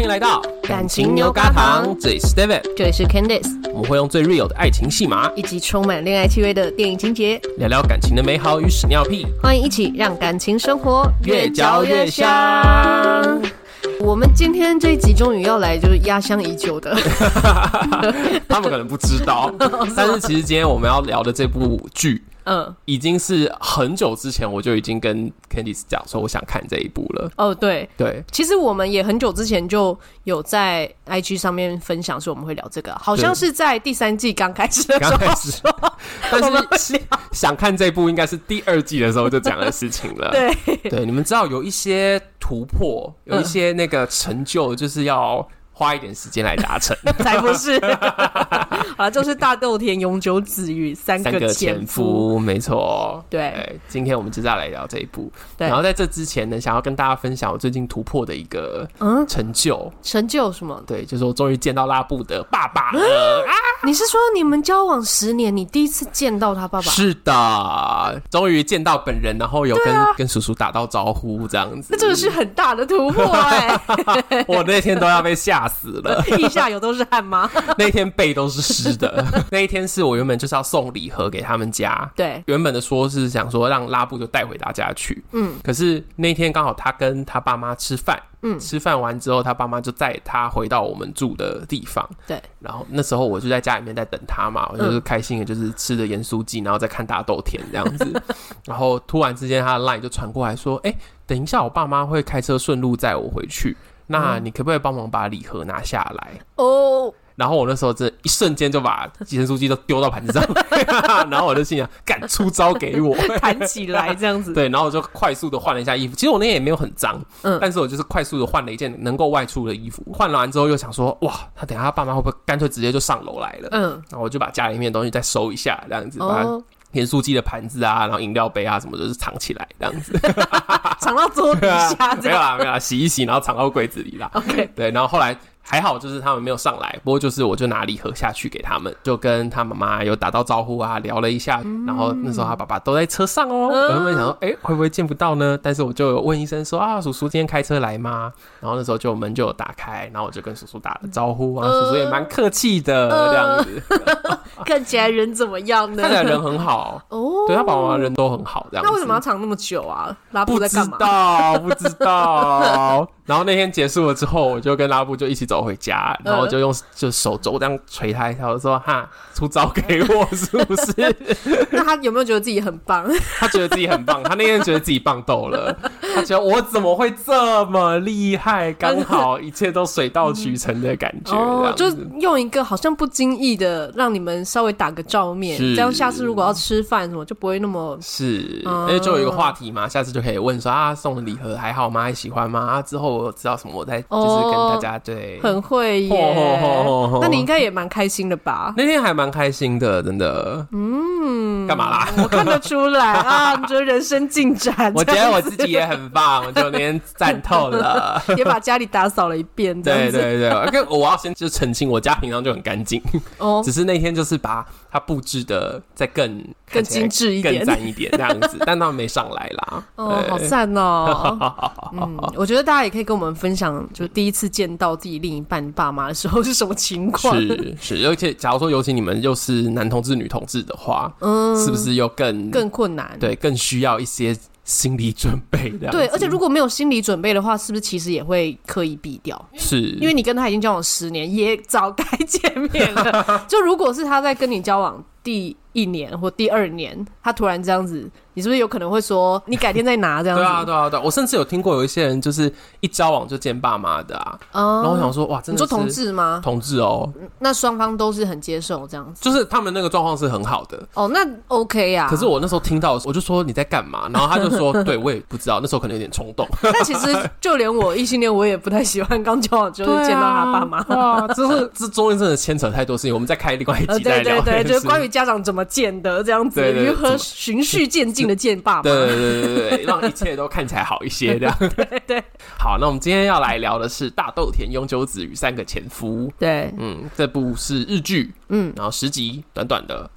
迎来到感情牛轧糖，这里是 David， 这里是 Candice， 我们会用最 real 的爱情戏码， 以及充满恋爱气味的电影情节， 聊聊感情的美好与屎尿屁， 欢迎一起让感情生活越嚼越香。 我们今天这一集终于要来就是压箱已久的他们可能不知道但是其实今天我们要聊的这部剧已经是很久之前我就已经跟 Candice 讲说我想看这一部了。 哦，对对， 其实我们也很久之前就有在 IG 上面分享说我们会聊这个，好像是在第3季刚开始的时候说， 但是想看这部应该是第2季的时候就讲的事情了。对，你们知道有一些突破，有一些那个成就，就是要花一点时间来达成。 才不是好，就是大豆田永久子与三个前夫， 没错。 对， 今天我们就是要来聊这一部。 对， 然后在这之前呢，想要跟大家分享我最近突破的一个成就。 成就什么？ 对，就是我终于见到拉布的爸爸了。 你是说你们交往10年，你第一次见到他爸爸？ 是的，终于见到本人，然后有跟叔叔打到招呼这样子。 那这个是很大的突破哎！ 我那天都要被吓死了。 腋下有都是汗吗？ 那天背都是湿的。那一天是我原本就是要送礼盒给他们家， 对， 原本的说是想说让拉布就带回他家去，可是那天刚好他跟他爸妈吃饭，吃饭完之后他爸妈就载他回到我们住的地方，对，然后那时候我就在家里面在等他嘛，我就是开心的就是吃着盐酥鸡然后再看大豆田这样子然后突然之间他的 LINE 就传过来说等一下我爸妈会开车顺路载我回去，那你可不可以帮忙把礼盒拿下来哦？然后我那时候真的一瞬间就把盐酥鸡都丢到盘子上然后我就心想干出招给我弹起来这样子对，然后我就快速的换了一下衣服，其实我那天也没有很脏，但是我就是快速的换了一件能够外出的衣服，换了完之后又想说哇他等一下他爸妈会不会干脆直接就上楼来了，然后我就把家里面的东西再收一下这样子，把盐酥鸡的盘子啊然后饮料杯啊什么就是藏起来这样子藏到桌底下没有啦洗一洗然后藏到柜子里啦 OK 对，然后后来还好就是他们没有上来，不过就是我就拿礼盒下去给他们，就跟他妈妈有打到招呼啊聊了一下，然后那时候他爸爸都在车上哦，我原本想说会不会见不到呢，但是我就有问医生说叔叔今天开车来吗，然后那时候就门就有打开，然后我就跟叔叔打了招呼啊，叔叔也蛮客气的这样子看起来人怎么样呢？ 看起来人很好对他爸爸妈妈人都很好这样子。 那为什么要藏那么久啊？拉布在干嘛？ 不知道然后那天结束了之后我就跟拉布就一起走回家，然后就用就手肘这样捶他一下，我说哈出招给我是不是那他有没有觉得自己很棒？ 他觉得自己很棒，他那天觉得自己棒透了他觉得我怎么会这么厉害，刚好一切都水到渠成的感觉就用一个好像不经意的让你们稍微打个照面，这样下次如果要吃饭什么就不会那么是因为就有一个话题嘛，下次就可以问说送的礼盒还好吗，还喜欢吗之后我知道什么我再就是跟大家对很会耶那你应该也蛮开心的吧？ 那天还蛮开心的真的干嘛啦？ 我看得出来你觉得人生进展我觉得我自己也很棒就那天赞透了也把家里打扫了一遍这样子对我要先就澄清我家平常就很干净只是那天就是把它布置的再更精致一点更赞一点这样子但他们没上来啦好赞我觉得大家也可以跟我们分享就第一次见到自己另一半爸妈的时候是什么情况是而且假如说尤其你们又是男同志女同志的话是不是又更困难对更需要一些心理准备的对，而且如果没有心理准备的话是不是其实也会刻意避掉，是因为你跟他已经交往10年也早该见面了就如果是他在跟你交往第1年或第2年他突然这样子你是不是有可能会说你改天再拿这样子对啊我甚至有听过有一些人就是一交往就见爸妈的然后我想说哇真的是你说同志吗？ 同志那双方都是很接受这样子， 就是他们那个状况是很好的那 OK 啊。 可是我那时候听到我就说你在干嘛，然后他就说对我也不知道，那时候可能有点冲动但其实就连我异性恋我也不太喜欢刚交往就是见到他爸妈这中间真的牵扯太多事情，我们再开另外一集再聊对就是关于家长怎么见的这样子，如何循序渐进的见爸妈对让一切都看起来好一些这样对好，那我们今天要来聊的是大豆田永久子与3个前夫这部是日剧然后10集短短的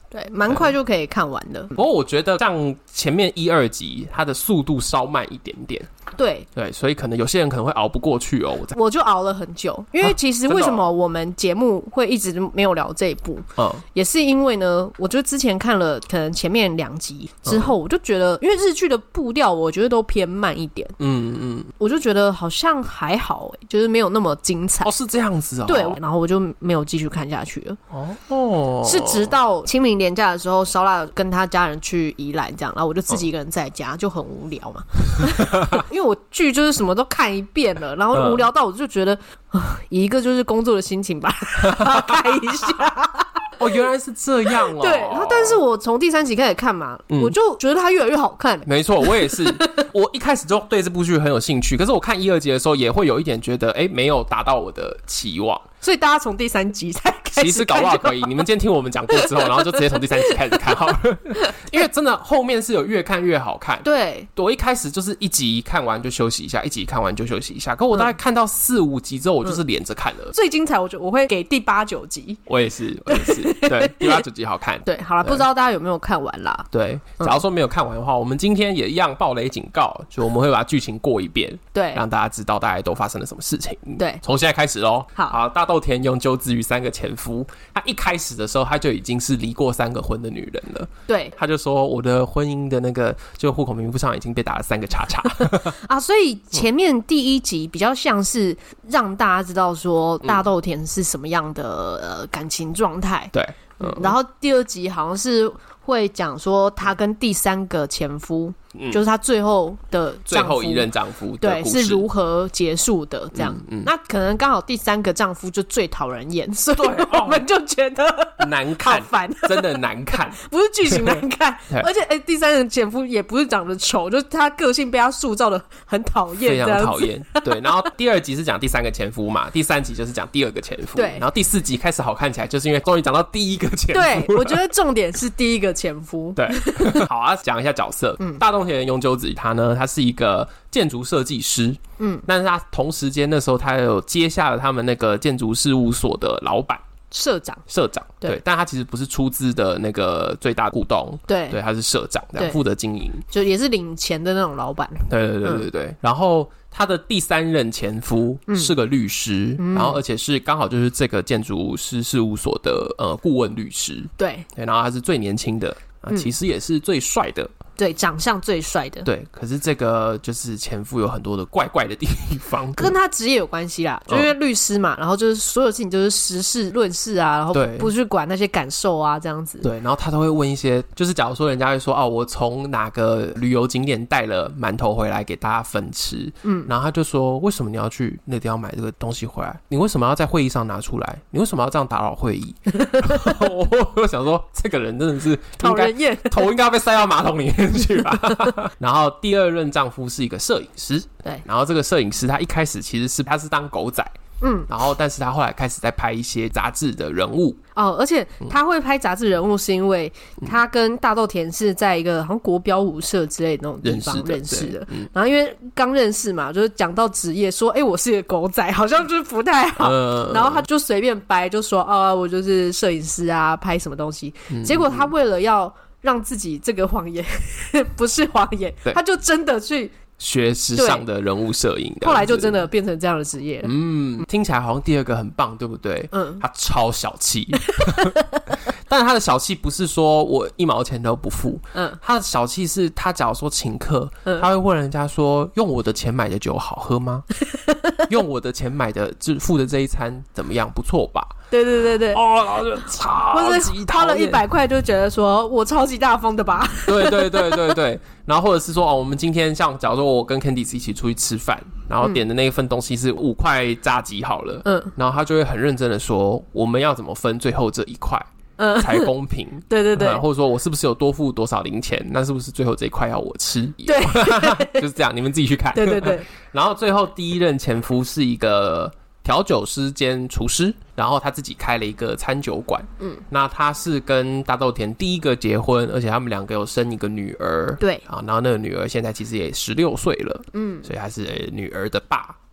对，蛮快就可以看完的。 不过我觉得像前面1、2集，它的速度稍慢一点点。 对， 所以可能有些人可能会熬不过去哦。 我就熬了很久，因为其实为什么我们节目会一直没有聊这一部，也是因为呢，我就之前看了可能前面2集之后，我就觉得，因为日剧的步调我觉得都偏慢一点，我就觉得好像还好就是没有那么精彩。 哦，是这样子哦。 对，然后我就没有继续看下去了。是直到清明连假的时候，烧腊跟他家人去宜兰这样，然后我就自己一个人在家，就很无聊嘛。因为我剧就是什么都看一遍了，然后无聊到我就觉得，以一个就是工作的心情吧，看一下。 哦，原来是这样哦。 对，然后但是我从第3集开始看嘛，我就觉得它越来越好看。 没错，我也是。我一开始就对这部剧很有兴趣，可是我看1、2集的时候也会有一点觉得，没有达到我的期望。 所以大家从第3集才开始看， 其实搞不好可以。你们今天听我们讲过之后，然后就直接从第3集开始看好了，因为真的后面是有越看越好看。 对， 我一开始就是1集看完就休息一下，1集看完就休息一下。可我大概看到4、5集之后，我就是连着看了。 最精彩，我觉得我会给第8、9集。 我也是。对，第8、9集好看。 对，好了，不知道大家有没有看完啦？ 对，假如说没有看完的话，我们今天也一样暴雷警告，就我们会把剧情过一遍， 对， 让大家知道大概都发生了什么事情。 对， 从现在开始咯。 好， 大豆田永久子与3个前夫，他一开始的时候他就已经是离过3个婚的女人了。 对， 他就说我的婚姻的那个就户口名簿上已经被打了3个叉叉啊，所以前面第1集比较像是让大家知道说大豆田是什么样的感情状态。 对， 然后第2集好像是会讲说他跟第3个前夫，就是他最后的最后一任丈夫的故事， 对，是如何结束的这样。那可能刚好第3个丈夫就最讨人厌，所以我们就觉得难看， 好烦， 真的难看， 不是剧情难看，而且第3个前夫也不是长得丑，就是他个性被他塑造的很讨厌， 非常讨厌。对，然后第2集是讲第3个前夫嘛，第3集就是讲第2个前夫， 对， 然后第4集开始好看起来，就是因为终于讲到第1个前夫。 对，我觉得重点是第1个前夫。 对，好啊，讲一下角色。大豆田永久子他呢，他是一个建筑设计师。但是他同时间那时候他有接下了他们那个建筑事务所的老板。社长，对，但他其实不是出资的那个最大股东，对，他是社长，负责经营， 就也是领钱的那种老板。 对。然后他的第3任前夫是个律师，然后而且是刚好就是这个建筑师事务所的顾问律师，对，然后他是最年轻的，其实也是最帅的。 对，长相最帅的。 对，可是这个就是前夫有很多的怪怪的地方， 跟他职业有关系啦，就因为律师嘛，然后就是所有事情就是实事论事啊，然后不去管那些感受啊，这样子。 对，然后他都会问一些，就是假如说人家会说我从哪个旅游景点带了馒头回来给大家分吃，然后他就说为什么你要去那个地方买这个东西回来？你为什么要在会议上拿出来？你为什么要这样打扰会议？我想说这个人真的是讨人厌， 头应该要被塞到马桶里面去吧。然后第2任丈夫是一个摄影师，对，然后这个摄影师他一开始其实他是当狗仔，然后但是他后来开始在拍一些杂志的人物。 而且他会拍杂志人物是因为他跟大豆田是在一个好像国标舞社之类的那种地方认识的。然后因为刚认识嘛，就是讲到职业说我是一个狗仔，好像就是不太好，然后他就随便掰，就说我就是摄影师啊，拍什么东西。结果他为了要让自己这个谎言不是谎言，他就真的去学时尚的人物摄影， 后来就真的变成这样的职业了。 听起来好像第2个很棒，对不对？他超小气，但是他的小气不是说我1毛钱都不付，他的小气是他假如说请客，他会问人家说用我的钱买的酒好喝吗？用我的钱买的付的这一餐怎么样？不错吧？ 对， 然后就超级掏了100块就觉得说我超级大方的吧。 对，然后或者是说我们今天像假如说我跟 Candice 一起出去吃饭，然后点的那一份东西是5块炸鸡好了，然后他就会很认真的说我们要怎么分最后这1块才公平。对，或者说我是不是有多付多少零钱，那是不是最后这1块要我吃？对就是这样，你们自己去看。对然后最后第1任前夫是一个调酒师兼厨师，然后他自己开了一个餐酒馆。那他是跟大豆田第1个结婚，而且他们2个有生一个女儿。对，然后那个女儿现在其实也16岁了。所以他是女儿的爸。对，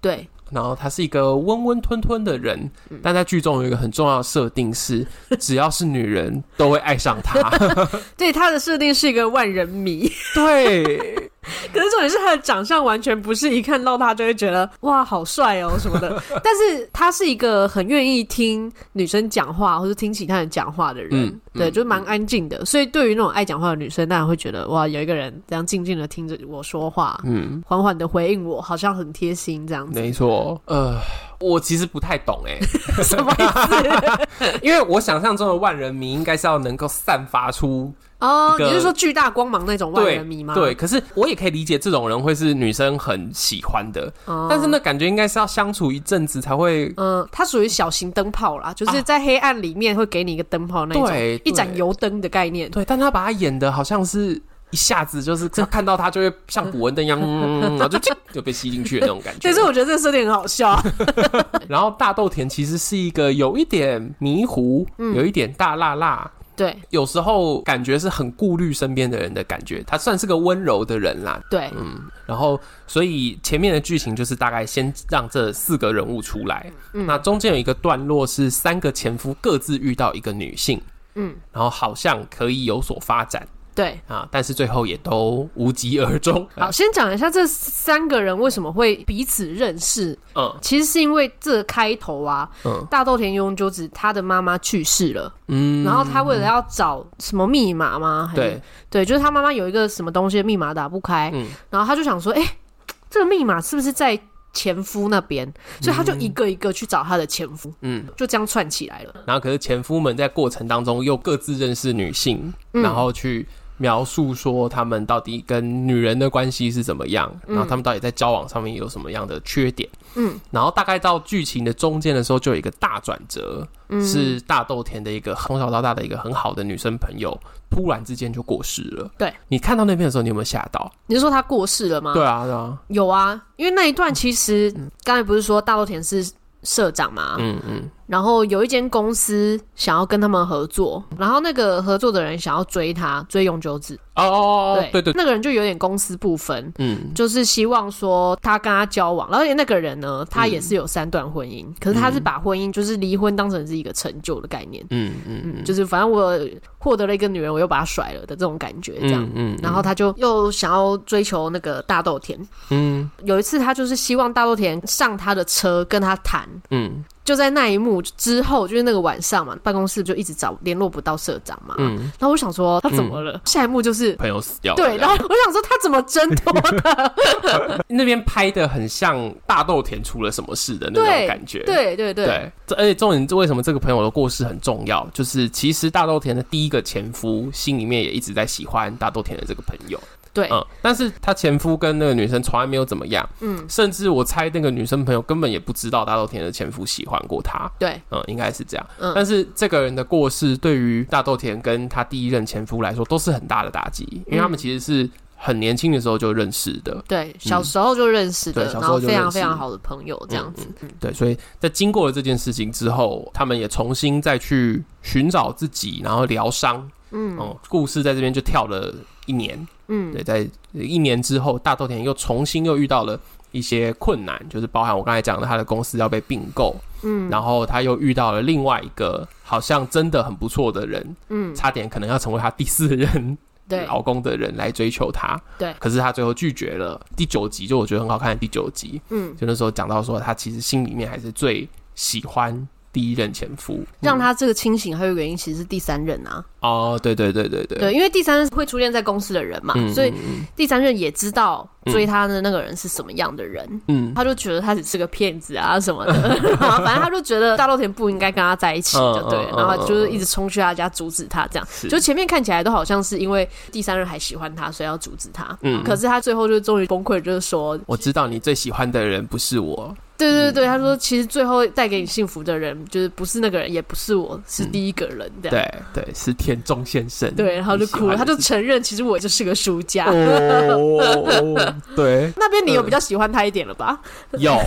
然后他是一个温温吞吞的人，但在剧中有一个很重要的设定是，只要是女人都会爱上他。 对，他的设定是一个万人迷。 对。 可是重点是他的长相完全不是一看到他就会觉得哇好帅哦什么的，但是他是一个很愿意听女生讲话或是听其他人讲话的人，对，就是蛮安静的，所以对于那种爱讲话的女生当然会觉得哇有一个人这样静静的听着我说话，缓缓的回应我，好像很贴心这样子。 没错，我其实不太懂什么意思？ 因为我想象中的万人迷应该是要能够散发出你是说巨大光芒那种万人迷吗？ 对，可是我也可以理解这种人会是女生很喜欢的，但是那感觉应该是要相处一阵子才会。 它属于小型灯泡啦，就是在黑暗里面会给你一个灯泡那种，一盏油灯的概念。 对，但他把它演的好像是一下子就是看到他就会像捕蚊灯一样，然后就被吸进去的那种感觉。 所以我觉得这个设定很好笑。 然后大豆田其实是一个有一点迷糊，有一点大辣辣。 对， 有时候感觉是很顾虑身边的人的感觉，他算是个温柔的人啦。 对， 然后所以前面的剧情就是大概先让这4个人物出来，那中间有一个段落是3个前夫各自遇到一个女性，然后好像可以有所发展。 对啊，但是最后也都无疾而终。 好，先讲一下这3个人为什么会彼此认识。其实是因为这个开头啊，大豆田永久子他的妈妈去世了，然后他为了要找什么密码吗？对，就是他妈妈有一个什么东西的密码打不开，然后他就想说，这个密码是不是在前夫那边，所以他就一个一个去找他的前夫，就这样串起来了。 然后可是前夫们在过程当中又各自认识女性，然后去描述说他们到底跟女人的关系是怎么样，然后他们到底在交往上面有什么样的缺点。然后大概到剧情的中间的时候就有一个大转折，是大豆田的一个从小到大的一个很好的女生朋友突然之间就过世了。对，你看到那边的时候你有没有吓到？ 你是说她过世了吗？ 对啊，对啊， 有啊，因为那一段其实刚才不是说大豆田是社长嘛，然后有一间公司想要跟他们合作，然后那个合作的人想要追永久子。对，那个人就有点公私不分，就是希望说他跟他交往，而且那个人呢，他也是有3段婚姻，可是他是把婚姻就是离婚当成是一个成就的概念，就是反正我获得了一个女人，我又把她甩了的这种感觉，这样，然后他就又想要追求那个大豆田，有一次他就是希望大豆田上他的车跟他谈，就在那一幕之后，就是那个晚上嘛，办公室就一直找联络不到社长嘛，然后我想说他怎么了？下一幕就是朋友死掉了。 对，然后我想说他怎么挣脱的？ 那边拍的很像大豆田出了什么事的那种感觉。 对， 而且重点为什么这个朋友的过世很重要，就是其实大豆田的第一个前夫心里面也一直在喜欢大豆田的这个朋友。 对， 但是他前夫跟那个女生从来没有怎么样，甚至我猜那个女生朋友根本也不知道大豆田的前夫喜欢过他， 对， 应该是这样，但是这个人的过世对于大豆田跟他第一任前夫来说都是很大的打击，因为他们其实是很年轻的时候就认识的， 对，小时候就认识的， 然后非常非常好的朋友这样子， 对，所以在经过了这件事情之后，他们也重新再去寻找自己，然后疗伤，故事在这边就跳了1年，对，在1年之后，大豆田又重新遇到了一些困难，就是包含我刚才讲的他的公司要被并购，然后他又遇到了另外一个好像真的很不错的人，差点可能要成为他第4任老公的人来追求他，对，可是他最后拒绝了。第9集就我觉得很好看的第9集，就那时候讲到说他其实心里面还是最喜欢第一任前夫， 让他这个清醒还有原因其实是第3任啊。 对， 因为第3任会出现在公司的人嘛，所以第3任也知道追他的那个人是什么样的人，他就觉得他只是个骗子啊什么的，反正他就觉得大豆田不应该跟他在一起的，对，然后就是一直冲去他家阻止他，这样，就前面看起来都好像是因为第3任还喜欢他，所以要阻止他，可是他最后就终于崩溃，就是说， 我知道你最喜欢的人不是我。 对，他说其实最后带给你幸福的人就是不是那个人，也不是我，是第一个人，这样， 对，是田中先生。 对，然后就哭了，他就承认其实我就是个输家。 对， 那边你有比较喜欢他一点了吧？ 有，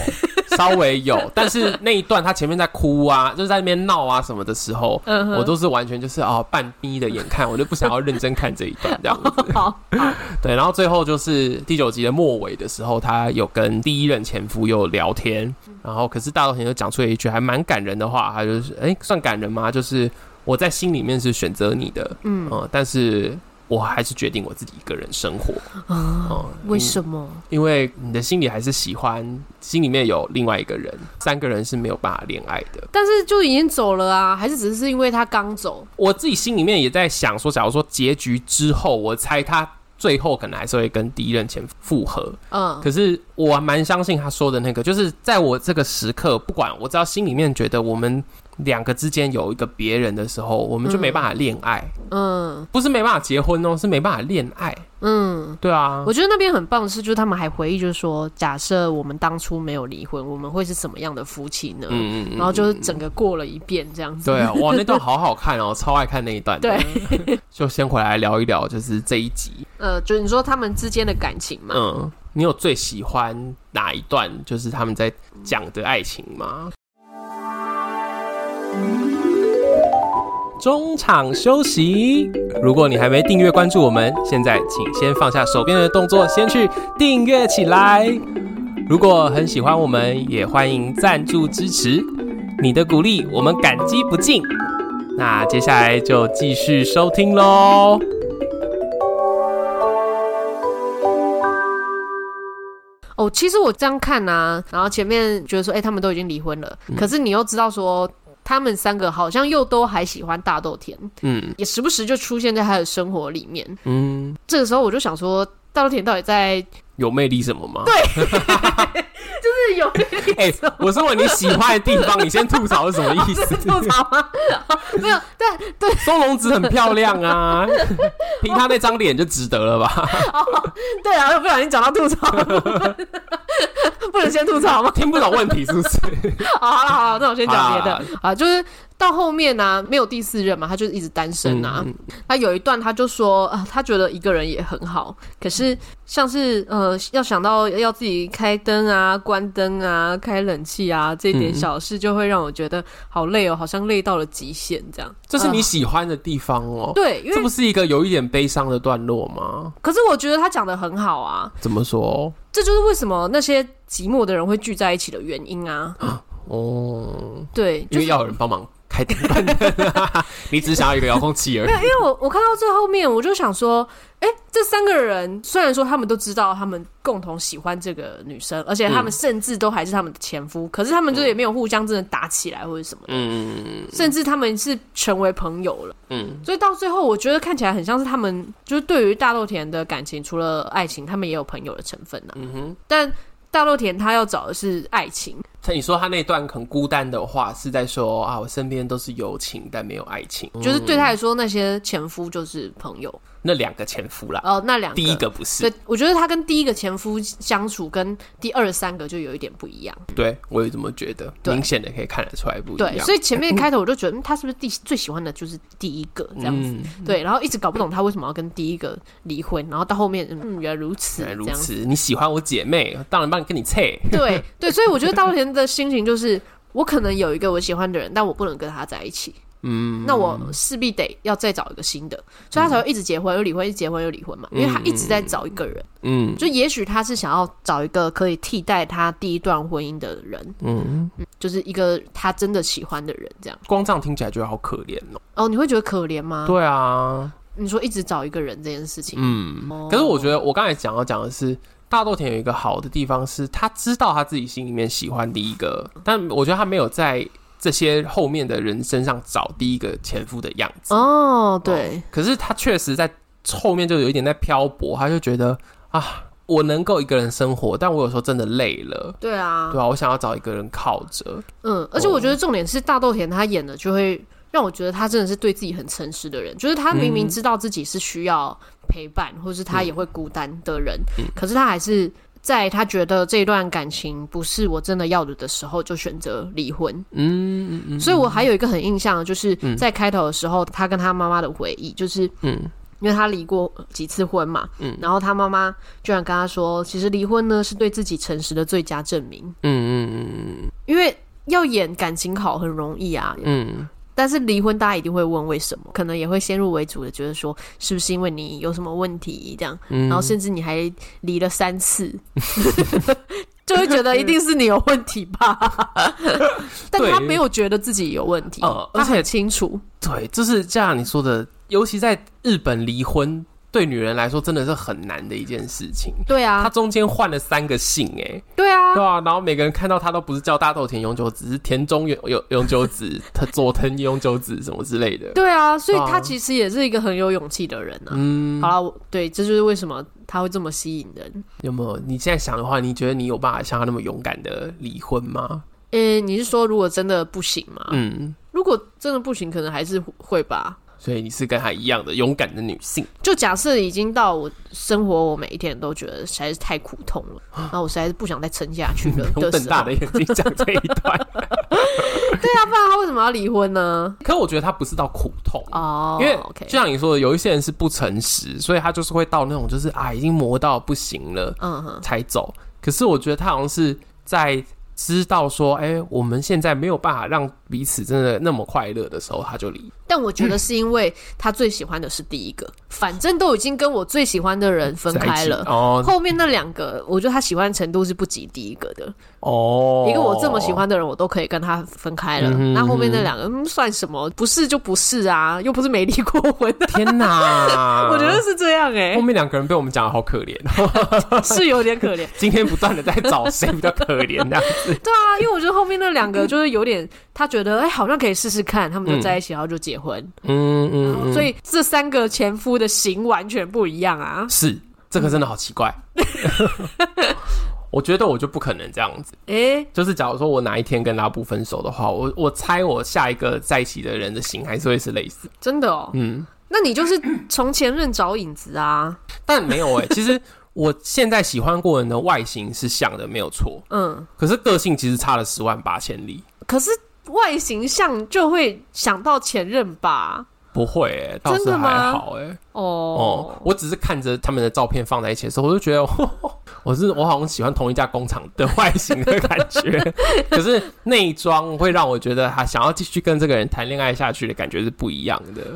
稍微有，但是那一段他前面在哭啊，就是在那边闹啊什么的时候，我都是完全就是半眯的眼看，我就不想要认真看这一段这样子。对，然后最后就是第9集的末尾的时候，他有跟第一任前夫有聊天，然后可是大豆田就讲出了一句还蛮感人的话，他就是算感人吗？就是我在心里面是选择你的，但是我还是决定我自己一个人生活。 为什么？ 因为你的心里还是喜欢，心里面有另外一个人，3个人是没有办法恋爱的。 但是就已经走了啊，还是只是因为他刚走？ 我自己心里面也在想说，假如说结局之后，我猜他最后可能还是会跟第一任前复合。可是我蛮相信他说的那个，就是在我这个时刻，不管我知道心里面觉得我们2个之间有一个别人的时候，我们就没办法恋爱。不是没办法结婚是没办法恋爱。对啊， 我觉得那边很棒的是，就是他们还回忆，就是说，假设我们当初没有离婚，我们会是什么样的夫妻呢？然后就是整个过了一遍这样子。 对啊，哇，那段好好看哦，超爱看那一段的。对，就先回来聊一聊，就是这一集。 就是你说他们之间的感情嘛。 你有最喜欢哪一段？就是他们在讲的爱情吗？中场休息。如果你还没订阅关注我们，现在请先放下手边的动作，先去订阅起来。如果很喜欢我们，也欢迎赞助支持，你的鼓励我们感激不尽。那接下来就继续收听咯。 其实我这样看啊，然后前面觉得说他们都已经离婚了，可是你又知道说他们3个好像又都还喜欢大豆田，也时不时就出现在他的生活里面。这个时候我就想说，大豆田到底在有魅力什么吗？ 对，就是有魅力什么。 我是问你喜欢的地方，你先吐槽是什么意思？ 吐槽吗？没有，但对， 松隆子很漂亮啊，凭他那张脸就值得了吧？ 对啊，又不小心讲到吐槽不能先吐槽吗？ 听不懂问题是不是？ 好，那我先讲别的就是到后面啊，没有第4任嘛，他就一直单身啊。他有一段他就说他觉得一个人也很好，可是像是要想到要自己开灯啊、关灯啊、开冷气啊，这一点小事就会让我觉得好累哦，好像累到了极限这样。 这是你喜欢的地方哦。 对，因为这不是一个有一点悲伤的段落吗？ 可是我觉得他讲得很好啊。 怎么说？ 这就是为什么那些寂寞的人会聚在一起的原因啊。对， 因为要有人帮忙开灯关灯你只想要一个遥控器而已。 没有，因为我看到最后面，我就想说，这3个人虽然说他们都知道他们共同喜欢这个女生，而且他们甚至都还是他们的前夫，可是他们就也没有互相真的打起来或者什么的，甚至他们是成为朋友了。所以到最后，我觉得看起来很像是他们就是对于大豆田的感情，除了爱情，他们也有朋友的成分啊。但大豆田他要找的是爱情。 你说他那段很孤单的话，是在说我身边都是友情，但没有爱情。 就是对他来说，那些前夫就是朋友。 那2个前夫啦。 那2个， 第一个不是。 对，我觉得他跟第一个前夫相处，跟第2、3个就有一点不一样。 对，我也这么觉得，明显的可以看得出来不一样。 对，所以前面开头我就觉得，他是不是最喜欢的就是第一个这样子？对，然后一直搞不懂他为什么要跟第一个离婚，然后到后面，原来如此， 原来如此。你喜欢我姐妹，当然帮你跟你猜。 对，所以我觉得大豆田的心情就是，我可能有一个我喜欢的人，但我不能跟他在一起。那我势必得要再找一个新的，所以他才会一直结婚又离婚，一直结婚又离婚嘛，因为他一直在找一个人。就也许他是想要找一个可以替代他第一段婚姻的人。就是一个他真的喜欢的人，这样。 光这样听起来觉得好可怜哦。你会觉得可怜吗？ 对啊， 你说一直找一个人这件事情。 可是我觉得我刚才讲的是，大豆田有一个好的地方是，他知道他自己心里面喜欢第一个，但我觉得他没有在这些后面的人身上找第一个前夫的样子。 对。 可是他确实在后面就有一点在漂泊，他就觉得我能够一个人生活，但我有时候真的累了。 对啊， 我想要找一个人靠着。 而且我觉得重点是大豆田他演的就会让我觉得他真的是对自己很诚实的人，就是他明明知道自己是需要陪伴，或是他也会孤单的人，可是他还是在他觉得这一段感情不是我真的要的时候，就选择离婚。所以我还有一个很印象的，就是在开头的时候，他跟他妈妈的回忆，就是因为他离过几次婚嘛，然后他妈妈居然跟他说，其实离婚呢是对自己诚实的最佳证明。 因为要演感情好很容易啊，但是离婚大家一定会问为什么，可能也会先入为主的觉得说是不是因为你有什么问题这样，然后甚至你还离了3次就会觉得一定是你有问题吧但他没有觉得自己有问题，他很清楚。 对，就是这样你说的，尤其在日本离婚对女人来说真的是很难的一件事情。 对啊， 他中间换了3个姓对啊， 对啊，然后每个人看到他都不是叫大豆田永久子，是田中永久子佐藤永久子什么之类的。 对啊，所以他其实也是一个很有勇气的人啊。好啦，对，这就是为什么他会这么吸引人。 有没有你现在想的话，你觉得你有办法像他那么勇敢的离婚吗？ 你是说如果真的不行吗？如果真的不行可能还是会吧。 所以你是跟她一样的勇敢的女性。 就假设已经到我生活我每一天都觉得实在是太苦痛了，然后我实在是不想再撑下去了用瞪大的眼睛讲这一段对啊，不然他为什么要离婚呢？ 可是我觉得他不是到苦痛因为就像你说的，有一些人是不诚实，所以他就是会到那种就是已经磨到不行了才走。可是我觉得他好像是在知道说我们现在没有办法让彼此真的那么快乐的时候他就离。 但我觉得是因为他最喜欢的是第一个反正都已经跟我最喜欢的人分开了后面那2个我觉得他喜欢程度是不及第一个的一个我这么喜欢的人我都可以跟他分开了那后面那2个算什么，不是就不是啊，又不是没离过婚天哪我觉得是这样后面2个人被我们讲得好可怜是有点可怜今天不断的在找谁比较可怜这样子对啊，因为我觉得后面那2个就是有点他觉得好像可以试试看，他们就在一起然后就结婚所以这3个前夫的型完全不一样啊。 是这个真的好奇怪我觉得我就不可能这样子就是假如说我哪一天跟拉布分手的话，我猜我下一个在一起的人的型还是会是类似。 真的那你就是从前任找影子啊但没有其实我现在喜欢过人的外形是像的没有错可是个性其实差了10万8千里。 可是外形像就会想到前任吧？ 不会倒是还好我只是看着他们的照片放在一起的时候我就觉得我好像喜欢同一家工厂的外形的感觉可是内装会让我觉得他想要继续跟这个人谈恋爱下去的感觉是不一样的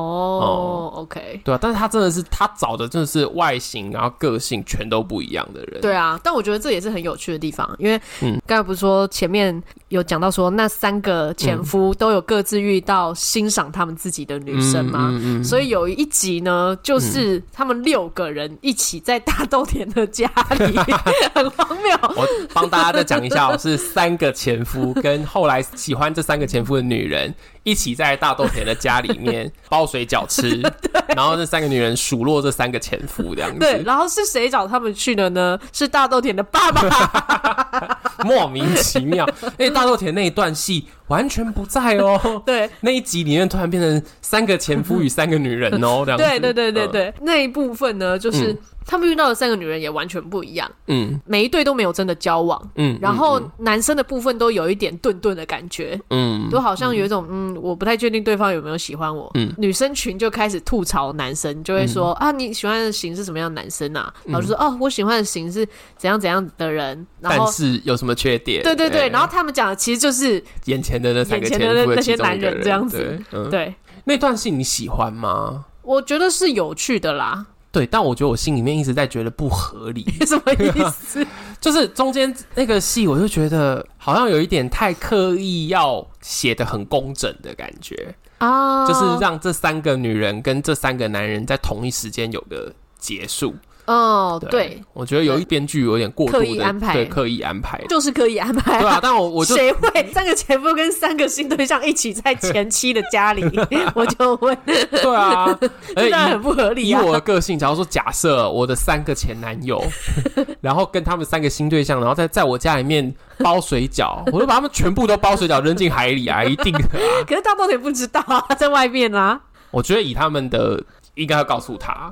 OK 对啊，但是他真的是他找的真的是外形然后个性全都不一样的人。 对啊，但我觉得这也是很有趣的地方，因为刚才不是说前面有讲到说那3个前夫都有各自遇到欣赏他们自己的女生嘛所以有一集呢就是他们6个人一起在大豆田的家里很荒谬。 我帮大家再讲一下是3个前夫跟后来喜欢这3个前夫的女人一起在大豆田的家里面包水饺吃然后这3个女人数落这3个前夫这样子。 对，然后是谁找他们去的呢？是大豆田的爸爸莫名其妙大豆田那一段戏完全不在对， 那一集里面突然变成3个前夫与3个女人这样子对那一部分呢就是他们遇到的3个女人也完全不一样每一对都没有真的交往然后男生的部分都有一点顿顿的感觉都好像有一种我不太确定对方有没有喜欢我女生群就开始吐槽男生，就会说你喜欢的型是什么样的男生啊然后就说我喜欢的型是怎样怎样的人然后但是有什么缺点对然后他们讲的其实就是眼前的那3个前夫的那些男人这样子对那段戏你喜欢吗？ 我觉得是有趣的啦对，但我觉得我心里面一直在觉得不合理什么意思就是中间那个戏我就觉得好像有一点太刻意要写得很工整的感觉就是让这3个女人跟这3个男人在同一时间有个结束对，我觉得有一编剧有点过度的刻意安排，对，刻意安排就是刻意安排对啊，但我就谁会3个前夫跟3个新对象一起在前妻的家里我就会对啊当然很不合理以我的个性假如说假设我的3个前男友然后跟他们3个新对象然后在我家里面包水饺我就把他们全部都包水饺扔进海里一定的可是大豆田不知道在外面我觉得以他们的应该要告诉他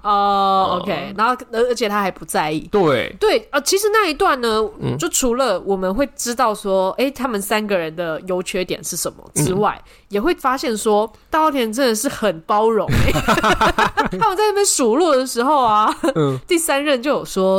OK 然后而且他还不在意对其实那一段呢就除了我们会知道说他们3个人的优缺点是什么之外也会发现说大豆田真的是很包容他们在那边数落的时候第3任就有说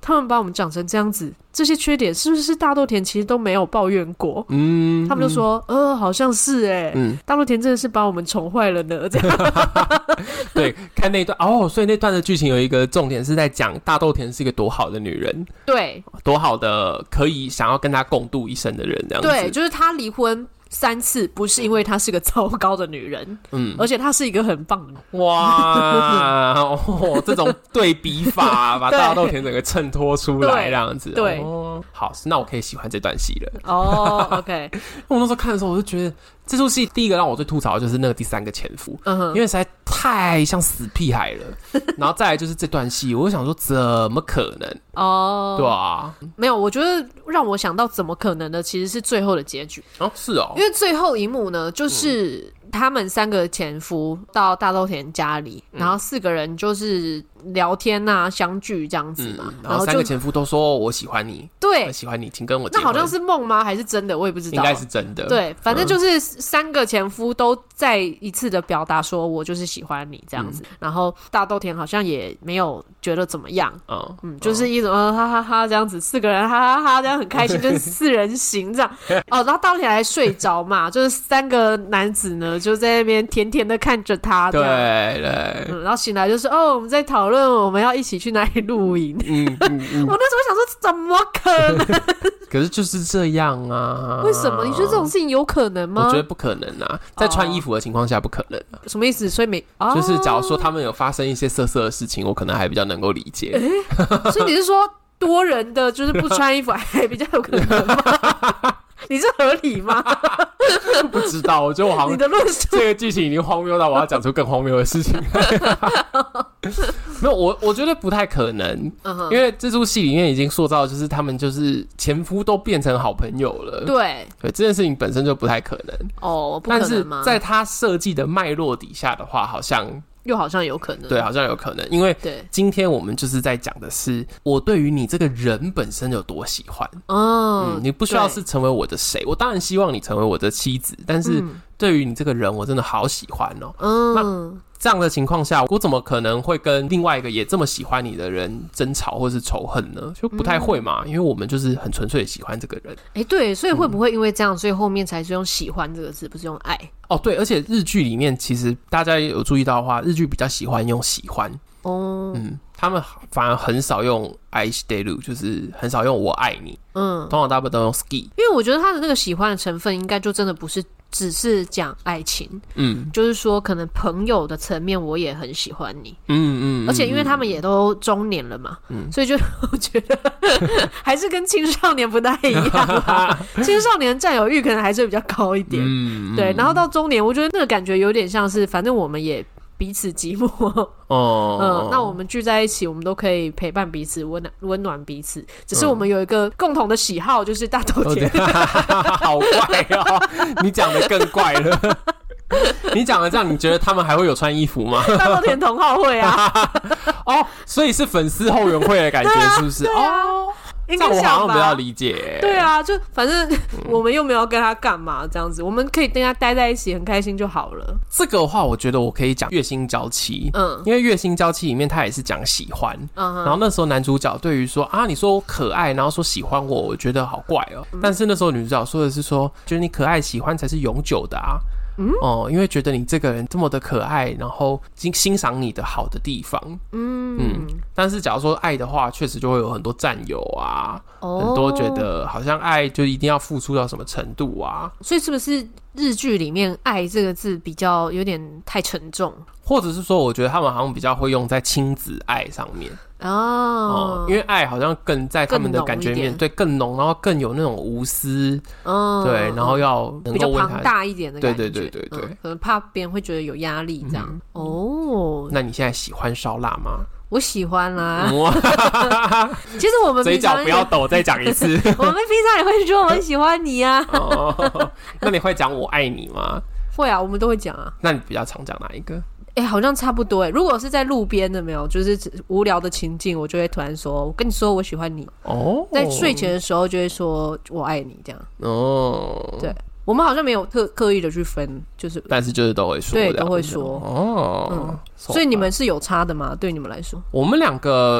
他们把我们讲成这样子，这些缺点是不是大豆田其实都没有抱怨过？他们就说好像是大豆田真的是把我们宠坏了呢，这样。 对，看那段所以那段的剧情有一个重点是在讲大豆田是一个多好的女人， 对，多好的可以想要跟她共度一生的人，这样子。 对，就是她离婚3次，不是因为她是个糟糕的女人，而且她是一个很棒的女人。 哇，这种对比法把大豆田整个衬托出来，这样子。 对， 好，那我可以喜欢这段戏了。OK。 我那时候看的时候，我就觉得这出戏第一个让我最吐槽的就是那个第3个前夫，因为实在太像死屁孩了。然后再来就是这段戏，我就想说怎么可能？对啊， 没有，我觉得让我想到怎么可能的其实是最后的结局。 是哦， 因为最后一幕呢，就是他们3个前夫到大豆田家里，然后4个人就是聊天啊，相聚这样子嘛。 然后3个前夫都说我喜欢你， 对， 我喜欢你，请跟我结婚。 那好像是梦吗？还是真的？我也不知道。 应该是真的。 对，反正就是3个前夫都再一次的表达说我就是喜欢你这样子。然后大豆田好像也没有觉得怎么样，就是一种哈哈哈这样子，4个人哈哈哈这样很开心，就是4人行这样。然后大豆田还睡着嘛，就是3个男子呢就在那边甜甜的看着他， 对， 然后醒来就说我们在讨论我们要一起去哪里露营。我那时候想说怎么可能？ 可是就是这样啊。 为什么？你觉得这种事情有可能吗？ 我觉得不可能啊，在穿衣服的情况下不可能啊。 什么意思？所以就是假如说他们有发生一些色色的事情，我可能还比较能够理解。 所以你是说多人的就是不穿衣服还比较有可能吗？你这合理吗？ 不知道，我觉得我好像你的论述这个剧情已经荒谬到我要讲出更荒谬的事情。没有，我觉得不太可能，因为这出戏里面已经塑造，就是他们就是前夫都变成好朋友了。 对， 这件事情本身就不太可能。 不可能吗？ 但是在他设计的脉络底下的话，好像有可能。 对，好像有可能，因为今天我们就是在讲的是我对于你这个人本身有多喜欢。你不需要是成为我的谁，我当然希望你成为我的妻子，但是对于你这个人我真的好喜欢那这样的情况下，我怎么可能会跟另外一个也这么喜欢你的人争吵或是仇恨呢？就不太会嘛，因为我们就是很纯粹的喜欢这个人。 对，所以会不会因为这样，所以后面才是用喜欢这个字，不是用爱？ 对，而且日剧里面其实大家有注意到的话，日剧比较喜欢用喜欢。他们反而很少用愛してる，就是很少用我爱你。通常大部分都用 ski。因为我觉得他的那个喜欢的成分，应该就真的不是只是讲爱情。就是说可能朋友的层面，我也很喜欢你。而且因为他们也都中年了嘛，所以就我觉得还是跟青少年不太一样啦。青少年占有欲可能还是比较高一点。对，然后到中年，我觉得那个感觉有点像是，反正我们也彼此寂寞。那我们聚在一起，我们都可以陪伴彼此，温暖彼此。只是我们有一个共同的喜好，就是大豆田。 好怪哦！你讲的更怪了。你讲的这样，你觉得他们还会有穿衣服吗？ 大豆田同好会啊。 所以是粉丝后援会的感觉，是不是？这样我好像比较理解。 对啊，就反正我们又没有跟他干嘛，这样子我们可以跟他待在一起，很开心就好了。 这个的话，我觉得我可以讲月薪娇妻。因为月薪娇妻里面他也是讲喜欢。然后那时候男主角对于说你说我可爱，然后说喜欢我觉得好怪哦。但是那时候女主角说的是说，觉得你可爱喜欢才是永久的啊。因为觉得你这个人这么的可爱，然后欣赏你的好的地方。但是假如说爱的话，确实就会有很多占有啊，很多觉得好像爱就一定要付出到什么程度啊。 所以是不是日剧里面爱这个字比较有点太沉重？ 或者是说我觉得他们好像比较会用在亲子爱上面。因为爱好像更在他们的感觉里面，对，更浓，然后更有那种无私。对，然后要能够比较庞大一点的感觉。 对， 可能怕别人会觉得有压力这样。 那你现在喜欢烧腊吗？ 我喜欢啦。其实我们嘴角不要抖，再讲一次。 我们平常也会说我很喜欢你啊。 那你会讲我爱你吗？ 会啊，我们都会讲啊。 那你比较常讲哪一个？ 好像差不多。如果是在路边的没有，就是无聊的情境，我就会突然说，我跟你说我喜欢你。在睡前的时候就会说我爱你这样。对，我们好像没有刻意的去分，就是但是就是都会说。 对，都会说。所以你们是有差的吗？对你们来说？ 我们两个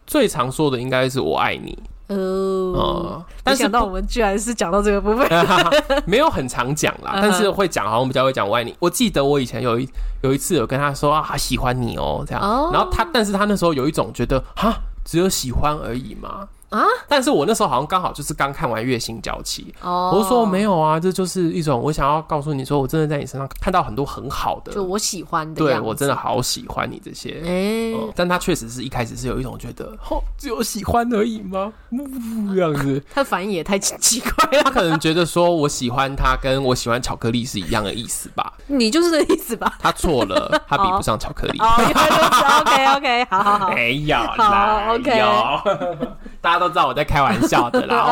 最常说的应该是我爱你。 但是没想到我们居然是讲到这个部分没有很常讲啦，但是会讲，好像比较会讲我爱你。我记得我以前有一次有跟他说啊，喜欢你哦，这样，然后但是他那时候有一种觉得哈，只有喜欢而已嘛。但是我那时候好像刚好就是刚看完《月薪娇妻》，我就说没有啊，这就是一种我想要告诉你说，我真的在你身上看到很多很好的， 就我喜欢的样子， 对我真的好喜欢你这些。但他确实是一开始是有一种觉得，只有喜欢而已吗？这样子， 他的反应也太奇怪了。 他可能觉得说我喜欢他跟我喜欢巧克力是一样的意思吧？ 你就是这个意思吧？ 他错了，他比不上巧克力。 原来如此。OK， 好， 没有啦， OK， 大家都知道我在开玩笑的啦。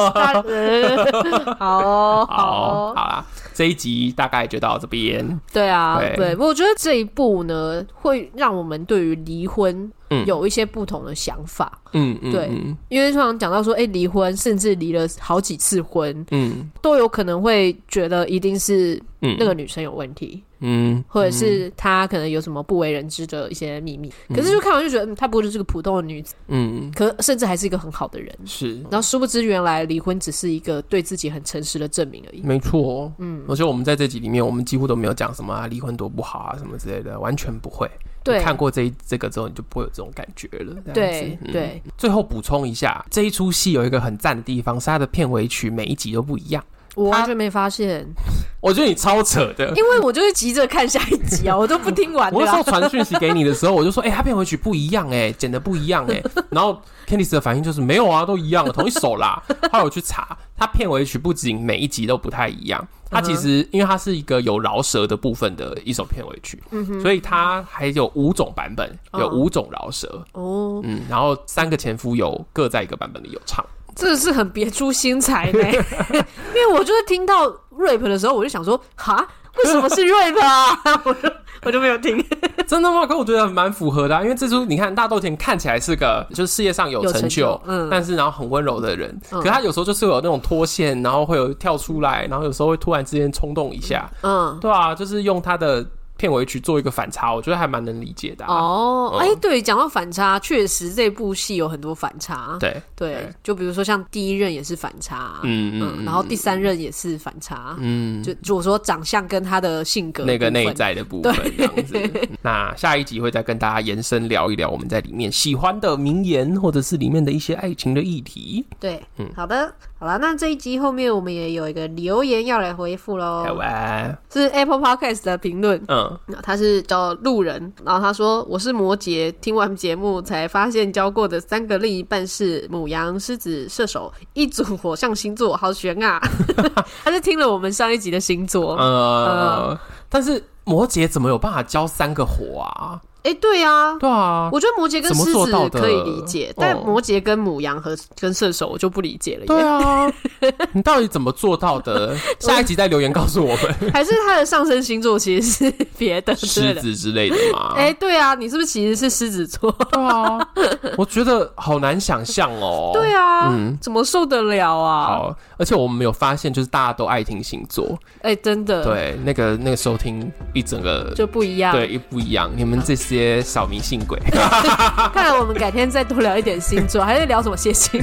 好啦，这一集大概就到这边。 对啊，对，我觉得这一部呢，会让我们对于离婚有一些不同的想法。对，因为通常讲到说，离婚，甚至离了好几次婚，都有可能会觉得一定是那个女生有问题。或者是她可能有什么不为人知的一些秘密，可是就看完就觉得她不就是个普通的女子，可甚至还是一个很好的人， 是。 然后殊不知原来离婚只是一个对自己很诚实的证明而已。 没错，而且我们在这集里面，我们几乎都没有讲什么离婚多不好啊什么之类的，完全不会。对，看过这个之后，你就不会有这种感觉了。 对。 最后补充一下，这一出戏有一个很赞的地方，是它的片尾曲每一集都不一样。 我完全没发现， 我觉得你超扯的， 因为我就是急着看下一集啊，我都不听完的。 我那时候传讯息给你的时候，我就说，他片尾曲不一样剪得不一样然后 Candice 的反应就是没有啊，都一样，同一首啦。后来我去查，他片尾曲不仅每一集都不太一样，它其实因为它是一个有饶舌的部分的一首片尾曲，所以它还有5种版本，有5种饶舌然后3个前夫有各在一个版本的有唱。 真的是很别出心裁呢因为我就是听到 rap 的时候，我就想说，哈，为什么是 rap 啊？我就没有听。 真的吗？可我觉得蛮符合的因为这出你看大豆田看起来是个就是事业上有成就，但是然后很温柔的人，可是他有时候就是有那种脱线，然后会有跳出来，然后有时候会突然之间冲动一下，对啊，就是用他的片尾曲做一个反差，我觉得还蛮能理解的对，讲到反差，确实这部戏有很多反差。对，就比如说像第一任也是反差，然后第3任也是反差，就我说长相跟他的性格那个内在的部分这样子。那下一集会再跟大家延伸聊一聊我们在里面喜欢的名言，或者是里面的一些爱情的议题。 对，好的，好啦，那这一集后面我们也有一个留言要来回复咯。是 Apple Podcast 的评论，他是叫路人，然后他说，我是摩羯，听完节目才发现交过的3个另一半是牡羊、狮子、射手，一组火象星座，好悬啊他是听了我们上一集的星座， 但是摩羯怎么有办法交3个火啊？ 对啊，我觉得摩羯跟狮子可以理解，但摩羯跟牡羊跟射手我就不理解了。 对啊，你到底怎么做到的？下一集再留言告诉我们。 还是他的上升星座其实是别的狮子之类的吗？ 对啊，你是不是其实是狮子座？ 对啊，我觉得好难想象哦。 对啊，怎么受得了啊？ 好，而且我们有发现，就是大家都爱听星座。 真的。 对，那个收听一整个就不一样。 对，不一样。你们这些小迷信鬼看来我们改天再多聊一点星座，还是聊什么血型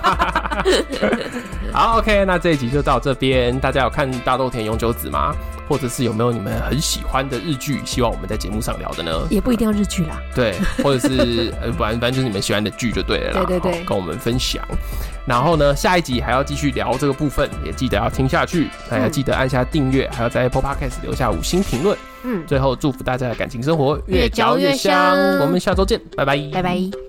好 OK， 那这一集就到这边。大家有看大豆田永久子吗？或者是有没有你们很喜欢的日剧希望我们在节目上聊的呢？ 也不一定要日剧啦， 对，或者是反正就是你们喜欢的剧就对了啦。对，跟我们分享。然后呢，下一集还要继续聊这个部分，也记得要听下去，还要记得按下订阅，还要在 Apple Podcast 留下5星评论。最后祝福大家的感情生活越嚼越香。我们下周见，拜拜， 拜拜。